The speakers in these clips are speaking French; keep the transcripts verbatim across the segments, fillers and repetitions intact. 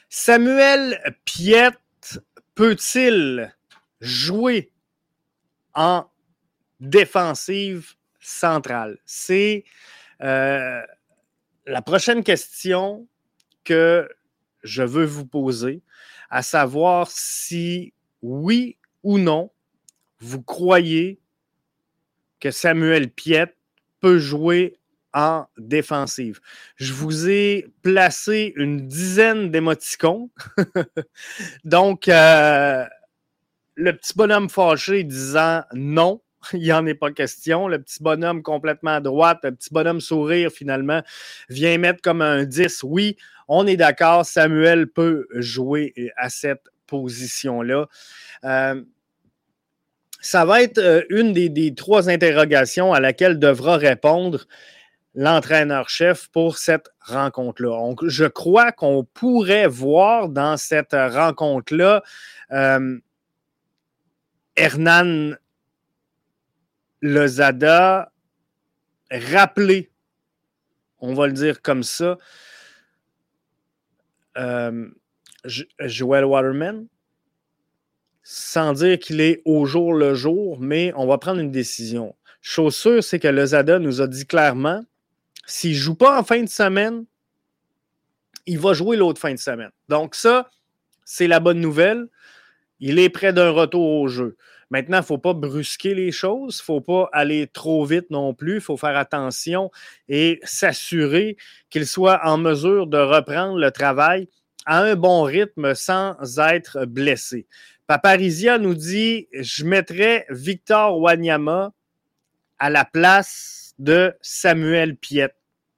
Samuel Piette peut-il jouer en défensive centrale? C'est euh, la prochaine question que je veux vous poser, à savoir si oui ou non vous croyez que Samuel Piette peut jouer en défensive. Je vous ai placé une dizaine d'émoticônes. Donc, euh, le petit bonhomme fâché disant non, il n'y en est pas question. Le petit bonhomme complètement à droite, le petit bonhomme sourire finalement, vient mettre comme un dix. Oui, on est d'accord, Samuel peut jouer à cette position-là. Euh, ça va être euh, une des, des trois interrogations à laquelle devra répondre l'entraîneur-chef pour cette rencontre-là. On, je crois qu'on pourrait voir dans cette rencontre-là euh, Hernan Lozada rappeler, on va le dire comme ça, euh, Joel Waterman, sans dire qu'il est au jour le jour, mais on va prendre une décision. Chose sûre, c'est que Lozada nous a dit clairement, s'il ne joue pas en fin de semaine, il va jouer l'autre fin de semaine. Donc ça, c'est la bonne nouvelle. Il est près d'un retour au jeu. Maintenant, il ne faut pas brusquer les choses, il ne faut pas aller trop vite non plus, il faut faire attention et s'assurer qu'il soit en mesure de reprendre le travail à un bon rythme sans être blessé. Paparizia nous dit « Je mettrais Victor Wanyama à la place de Samuel Piette. »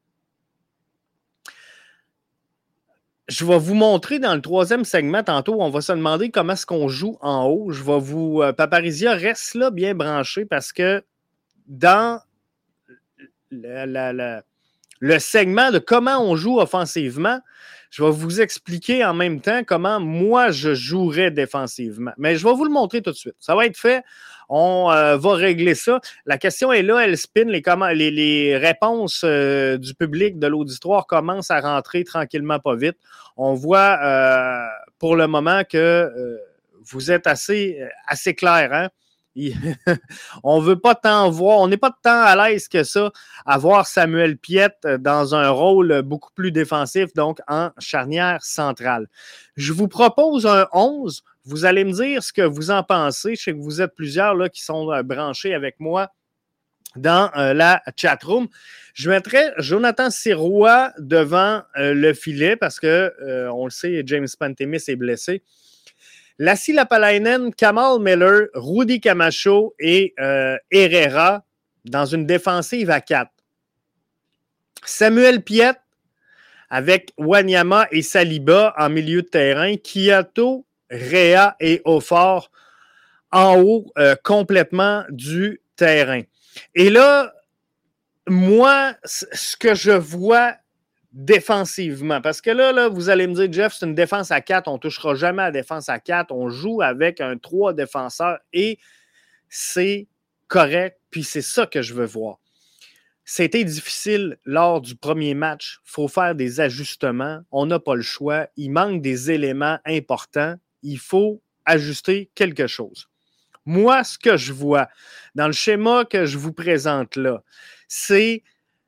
Je vais vous montrer dans le troisième segment, tantôt, on va se demander comment est-ce qu'on joue en haut. Je vais vous... Euh, Paparizia reste là bien branché parce que dans la, la, la, le segment de comment on joue offensivement, je vais vous expliquer en même temps comment moi je jouerais défensivement. Mais je vais vous le montrer tout de suite. Ça va être fait. On euh, va régler ça. La question est là, elle spin. Les, comment, les, les réponses euh, du public, de l'auditoire commencent à rentrer tranquillement, pas vite. On voit euh, pour le moment que euh, vous êtes assez, assez clair, hein? On ne veut pas tant voir, on n'est pas tant à l'aise que ça à voir Samuel Piette dans un rôle beaucoup plus défensif, donc en charnière centrale. Je vous propose un onze. Vous allez me dire ce que vous en pensez. Je sais que vous êtes plusieurs là, qui sont euh, branchés avec moi dans euh, la chatroom. Je mettrais Jonathan Sirois devant euh, le filet parce que, euh, on le sait, James Pantemis est blessé. Lassi Lapalainen, Kamal Miller, Rudy Camacho et euh, Herrera dans une défensive à quatre. Samuel Piette avec Wanyama et Saliba en milieu de terrain. Kiato, Rea et Ofort en haut euh, complètement du terrain. Et là, moi, ce que je vois défensivement. Parce que là, là, vous allez me dire, Jeff, c'est une défense à quatre. On ne touchera jamais à la défense à quatre. On joue avec un trois défenseurs et c'est correct. Puis c'est ça que je veux voir. C'était difficile lors du premier match. Il faut faire des ajustements. On n'a pas le choix. Il manque des éléments importants. Il faut ajuster quelque chose. Moi, ce que je vois dans le schéma que je vous présente là, c'est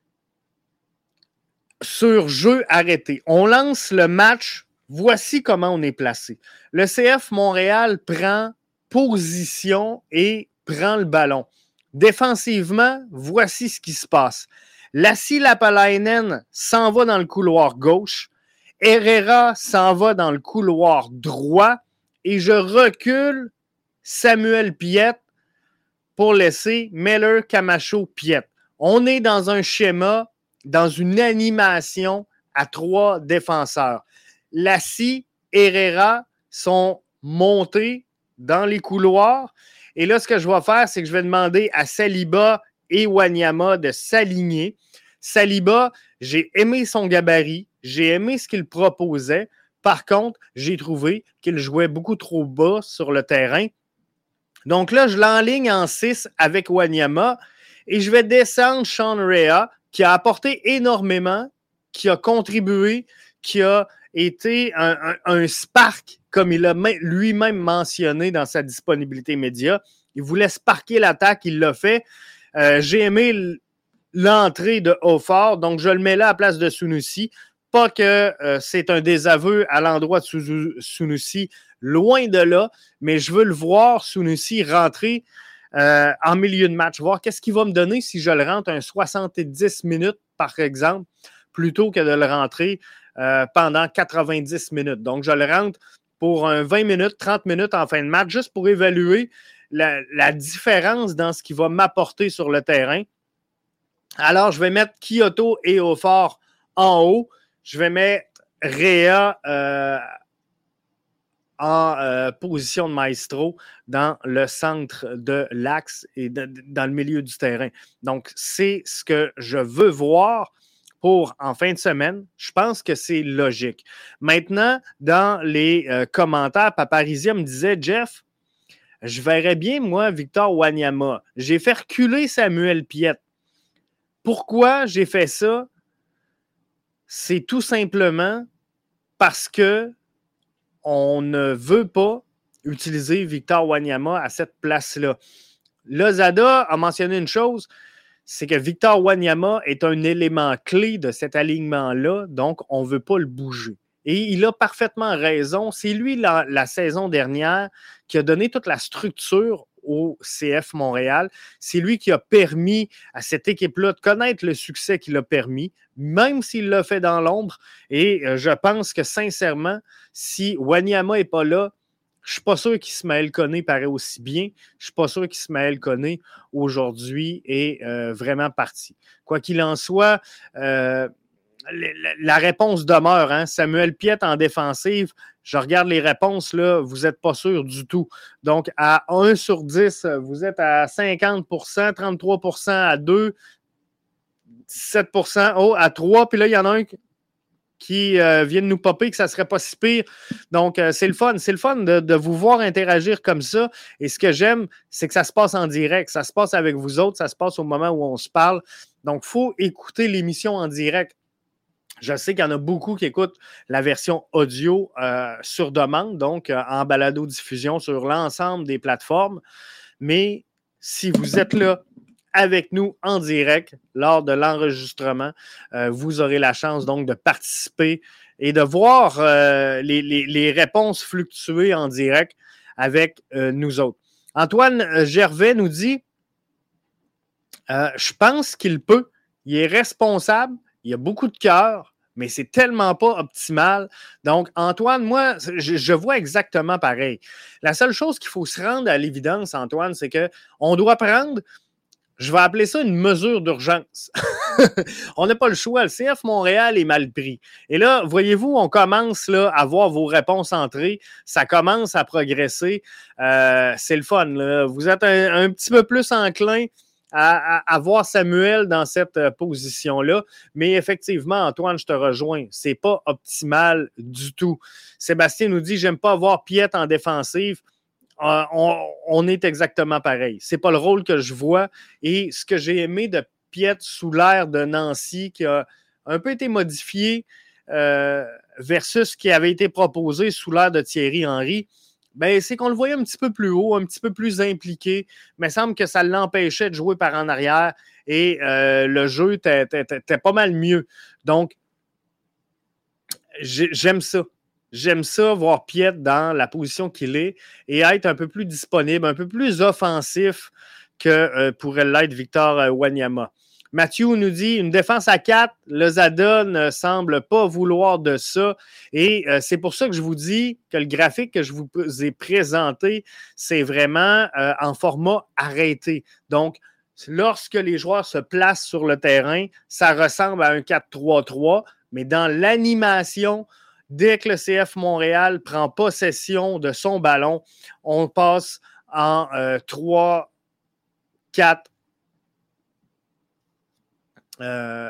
sur jeu arrêté. On lance le match. Voici comment on est placé. Le C F Montréal prend position et prend le ballon. Défensivement, voici ce qui se passe. Lassi Lapalainen s'en va dans le couloir gauche. Herrera s'en va dans le couloir droit. Et je recule Samuel Piette pour laisser Miller, Camacho, Piette. On est dans un schéma, dans une animation à trois défenseurs. Lassi, Herrera sont montés dans les couloirs. Et là, ce que je vais faire, c'est que je vais demander à Saliba et Wanyama de s'aligner. Saliba, j'ai aimé son gabarit, j'ai aimé ce qu'il proposait. Par contre, j'ai trouvé qu'il jouait beaucoup trop bas sur le terrain. Donc là, je l'enligne en six avec Wanyama et je vais descendre Sean Rea, qui a apporté énormément, qui a contribué, qui a été un, un, un spark, comme il a lui-même mentionné dans sa disponibilité média. Il voulait sparker l'attaque, il l'a fait. Euh, j'ai aimé l'entrée de Hofer, donc je le mets là à la place de Sunusi. Pas que euh, c'est un désaveu à l'endroit de Sunusi, loin de là, mais je veux le voir, Sunusi, rentrer euh, en milieu de match, voir qu'est-ce qu'il va me donner si je le rentre un soixante-dix minutes, par exemple, plutôt que de le rentrer euh, pendant quatre-vingt-dix minutes. Donc, je le rentre pour un vingt minutes, trente minutes en fin de match, juste pour évaluer la, la différence dans ce qu'il va m'apporter sur le terrain. Alors, je vais mettre Kyoto et Hofer en haut. Je vais mettre Réa euh, en euh, position de maestro dans le centre de l'axe et de, dans le milieu du terrain. Donc, c'est ce que je veux voir pour en fin de semaine. Je pense que c'est logique. Maintenant, dans les euh, commentaires, Paparizia me disait, Jeff, je verrais bien, moi, Victor Wanyama. J'ai fait reculer Samuel Piette. Pourquoi j'ai fait ça? C'est tout simplement parce que on ne veut pas utiliser Victor Wanyama à cette place-là. Lozada a mentionné une chose, c'est que Victor Wanyama est un élément clé de cet alignement-là, donc on ne veut pas le bouger. Et il a parfaitement raison. C'est lui, la, la saison dernière, qui a donné toute la structure au C F Montréal. C'est lui qui a permis à cette équipe-là de connaître le succès qu'il a permis, même s'il l'a fait dans l'ombre. Et euh, je pense que, sincèrement, si Wanyama n'est pas là, je ne suis pas sûr qu'Ismaël Koné paraît aussi bien. Je ne suis pas sûr qu'Ismaël Koné, aujourd'hui, est euh, vraiment parti. Quoi qu'il en soit, euh, la réponse demeure. Hein? Samuel Piette en défensive, je regarde les réponses, là, vous n'êtes pas sûr du tout. Donc, à un sur dix, vous êtes à cinquante pour cent, trente-trois pour cent à deux, dix-sept pour cent oh, à trois, puis là, il y en a un qui euh, vient de nous popper que ça ne serait pas si pire. Donc, euh, c'est le fun. C'est le fun de, de vous voir interagir comme ça. Et ce que j'aime, c'est que ça se passe en direct. Ça se passe avec vous autres. Ça se passe au moment où on se parle. Donc, il faut écouter l'émission en direct. Je sais qu'il y en a beaucoup qui écoutent la version audio euh, sur demande, donc euh, en balado-diffusion sur l'ensemble des plateformes. Mais si vous êtes là avec nous en direct lors de l'enregistrement, euh, vous aurez la chance donc de participer et de voir euh, les, les, les réponses fluctuer en direct avec euh, nous autres. Antoine Gervais nous dit euh, « Je pense qu'il peut. Il est responsable. Il a beaucoup de cœur. » Mais c'est tellement pas optimal. Donc, Antoine, moi, je, je vois exactement pareil. La seule chose qu'il faut se rendre à l'évidence, Antoine, c'est qu'on doit prendre, je vais appeler ça une mesure d'urgence. On n'a pas le choix. Le C F Montréal est mal pris. Et là, voyez-vous, on commence là, à voir vos réponses entrées. Ça commence à progresser. Euh, c'est le fun. Là. Vous êtes un, un petit peu plus enclin À, à, à voir Samuel dans cette euh, position-là. Mais effectivement, Antoine, je te rejoins. C'est pas optimal du tout. Sébastien nous dit « J'aime pas avoir Piette en défensive. Euh, » on, on est exactement pareil. C'est pas le rôle que je vois. Et ce que j'ai aimé de Piette sous l'ère de Nancy, qui a un peu été modifié euh, versus ce qui avait été proposé sous l'ère de Thierry Henry, ben, c'est qu'on le voyait un petit peu plus haut, un petit peu plus impliqué. Mais il semble que ça l'empêchait de jouer par en arrière et euh, le jeu était pas mal mieux. Donc, j'aime ça. J'aime ça, voir Piette dans la position qu'il est et être un peu plus disponible, un peu plus offensif que euh, pourrait l'être Victor euh, Wanyama. Mathieu nous dit une défense à quatre, Lozada ne semble pas vouloir de ça. Et euh, c'est pour ça que je vous dis que le graphique que je vous ai présenté, c'est vraiment euh, en format arrêté. Donc, lorsque les joueurs se placent sur le terrain, ça ressemble à un quatre trois trois, mais dans l'animation, dès que le C F Montréal prend possession de son ballon, on passe en euh, trois quatre Euh,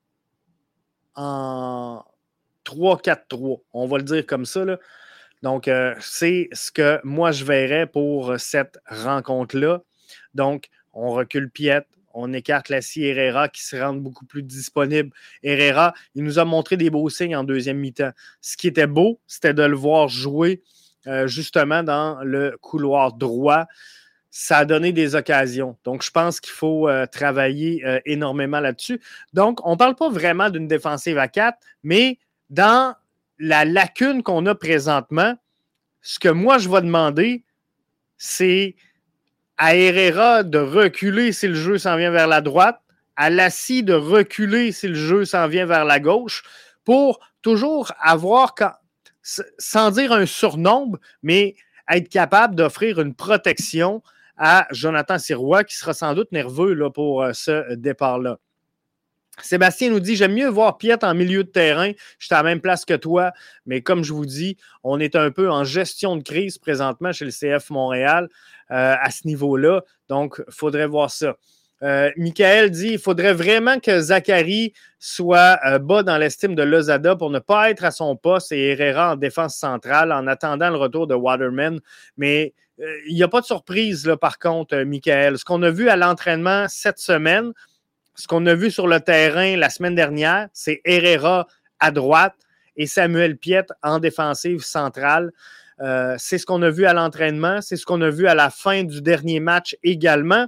en trois quatre trois. On va le dire comme ça. Là. Donc, euh, c'est ce que moi, je verrais pour cette rencontre-là. Donc, on recule Piette, on écarte Lassie Herrera qui se rend beaucoup plus disponible. Herrera, il nous a montré des beaux signes en deuxième mi-temps. Ce qui était beau, c'était de le voir jouer euh, justement dans le couloir droit. Ça a donné des occasions. Donc, je pense qu'il faut euh, travailler euh, énormément là-dessus. Donc, on ne parle pas vraiment d'une défensive à quatre, mais dans la lacune qu'on a présentement, ce que moi, je vais demander, c'est à Herrera de reculer si le jeu s'en vient vers la droite, à Lassie de reculer si le jeu s'en vient vers la gauche, pour toujours avoir, sans dire un surnombre, mais être capable d'offrir une protection à Jonathan Sirois, qui sera sans doute nerveux là, pour euh, ce départ-là. Sébastien nous dit « J'aime mieux voir Piette en milieu de terrain. Je suis à la même place que toi. » Mais comme je vous dis, on est un peu en gestion de crise présentement chez le C F Montréal euh, à ce niveau-là. Donc, il faudrait voir ça. Euh, Michael dit « Il faudrait vraiment que Zachary soit euh, bas dans l'estime de Lozada pour ne pas être à son poste et Herrera en défense centrale en attendant le retour de Waterman. » Mais il euh, n'y a pas de surprise, là, par contre, euh, Michael. Ce qu'on a vu à l'entraînement cette semaine, ce qu'on a vu sur le terrain la semaine dernière, c'est Herrera à droite et Samuel Piette en défensive centrale. Euh, c'est ce qu'on a vu à l'entraînement, c'est ce qu'on a vu à la fin du dernier match également.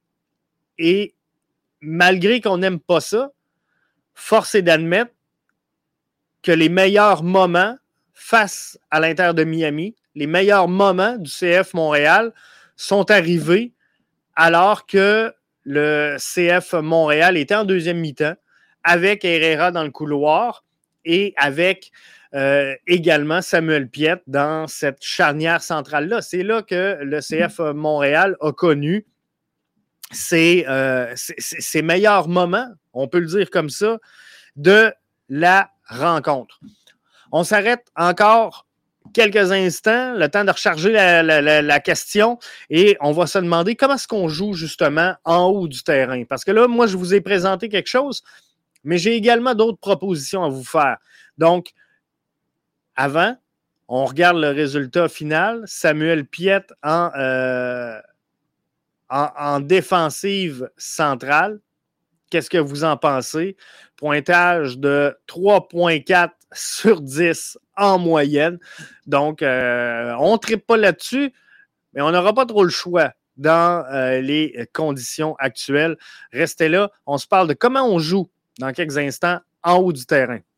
Et malgré qu'on n'aime pas ça, force est d'admettre que les meilleurs moments face à l'Inter de Miami, les meilleurs moments du C F Montréal sont arrivés alors que le C F Montréal était en deuxième mi-temps avec Herrera dans le couloir et avec euh, également Samuel Piette dans cette charnière centrale-là. C'est là que le C F Montréal a connu ses, euh, ses, ses meilleurs moments, on peut le dire comme ça, de la rencontre. On s'arrête encore quelques instants, le temps de recharger la, la, la, la question et on va se demander comment est-ce qu'on joue justement en haut du terrain. Parce que là, moi, je vous ai présenté quelque chose, mais j'ai également d'autres propositions à vous faire. Donc, avant, on regarde le résultat final. Samuel Piette en, euh, en, en défensive centrale. Qu'est-ce que vous en pensez? Pointage de trois virgule quatre sur dix en moyenne. Donc, euh, on ne tripe pas là-dessus, mais on n'aura pas trop le choix dans euh, les conditions actuelles. Restez là. On se parle de comment on joue dans quelques instants en haut du terrain.